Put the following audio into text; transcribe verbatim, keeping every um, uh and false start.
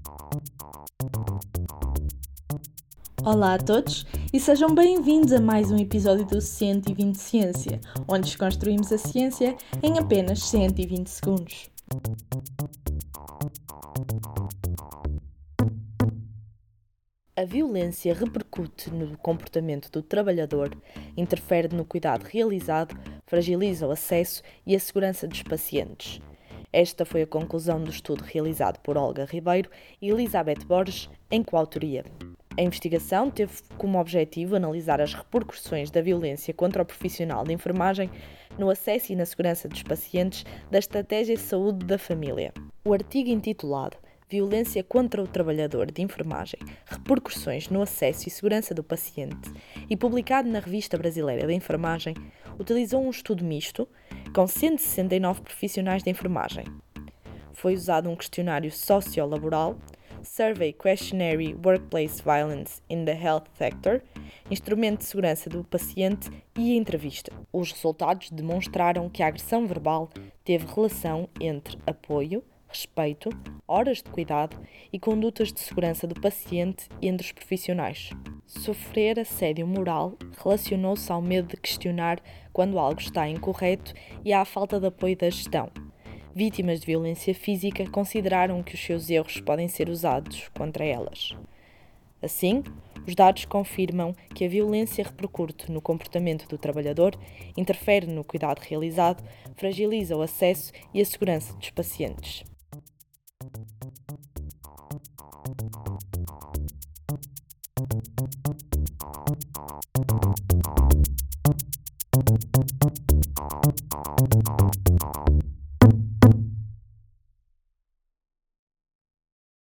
Olá a todos e sejam bem-vindos a mais um episódio do cento e vinte Ciência, onde desconstruímos a ciência em apenas cento e vinte segundos. A violência repercute no comportamento do trabalhador, interfere no cuidado realizado, fragiliza o acesso e a segurança dos pacientes. Esta foi a conclusão do estudo realizado por Olga Ribeiro e Elizabeth Borges, em coautoria. A investigação teve como objetivo analisar as repercussões da violência contra o profissional de enfermagem no acesso e na segurança dos pacientes da Estratégia de Saúde da Família. O artigo intitulado Violência contra o trabalhador de enfermagem, repercussões no acesso e segurança do paciente, e publicado na Revista Brasileira de Enfermagem, utilizou um estudo misto com cento e sessenta e nove profissionais de enfermagem. Foi usado um questionário sociolaboral, Survey Questionnaire Workplace Violence in the Health Sector, instrumento de segurança do paciente e a entrevista. Os resultados demonstraram que a agressão verbal teve relação entre apoio, respeito, horas de cuidado e condutas de segurança do paciente entre os profissionais. Sofrer assédio moral relacionou-se ao medo de questionar quando algo está incorreto e à falta de apoio da gestão. Vítimas de violência física consideraram que os seus erros podem ser usados contra elas. Assim, os dados confirmam que a violência repercute no comportamento do trabalhador, interfere no cuidado realizado, fragiliza o acesso e a segurança dos pacientes.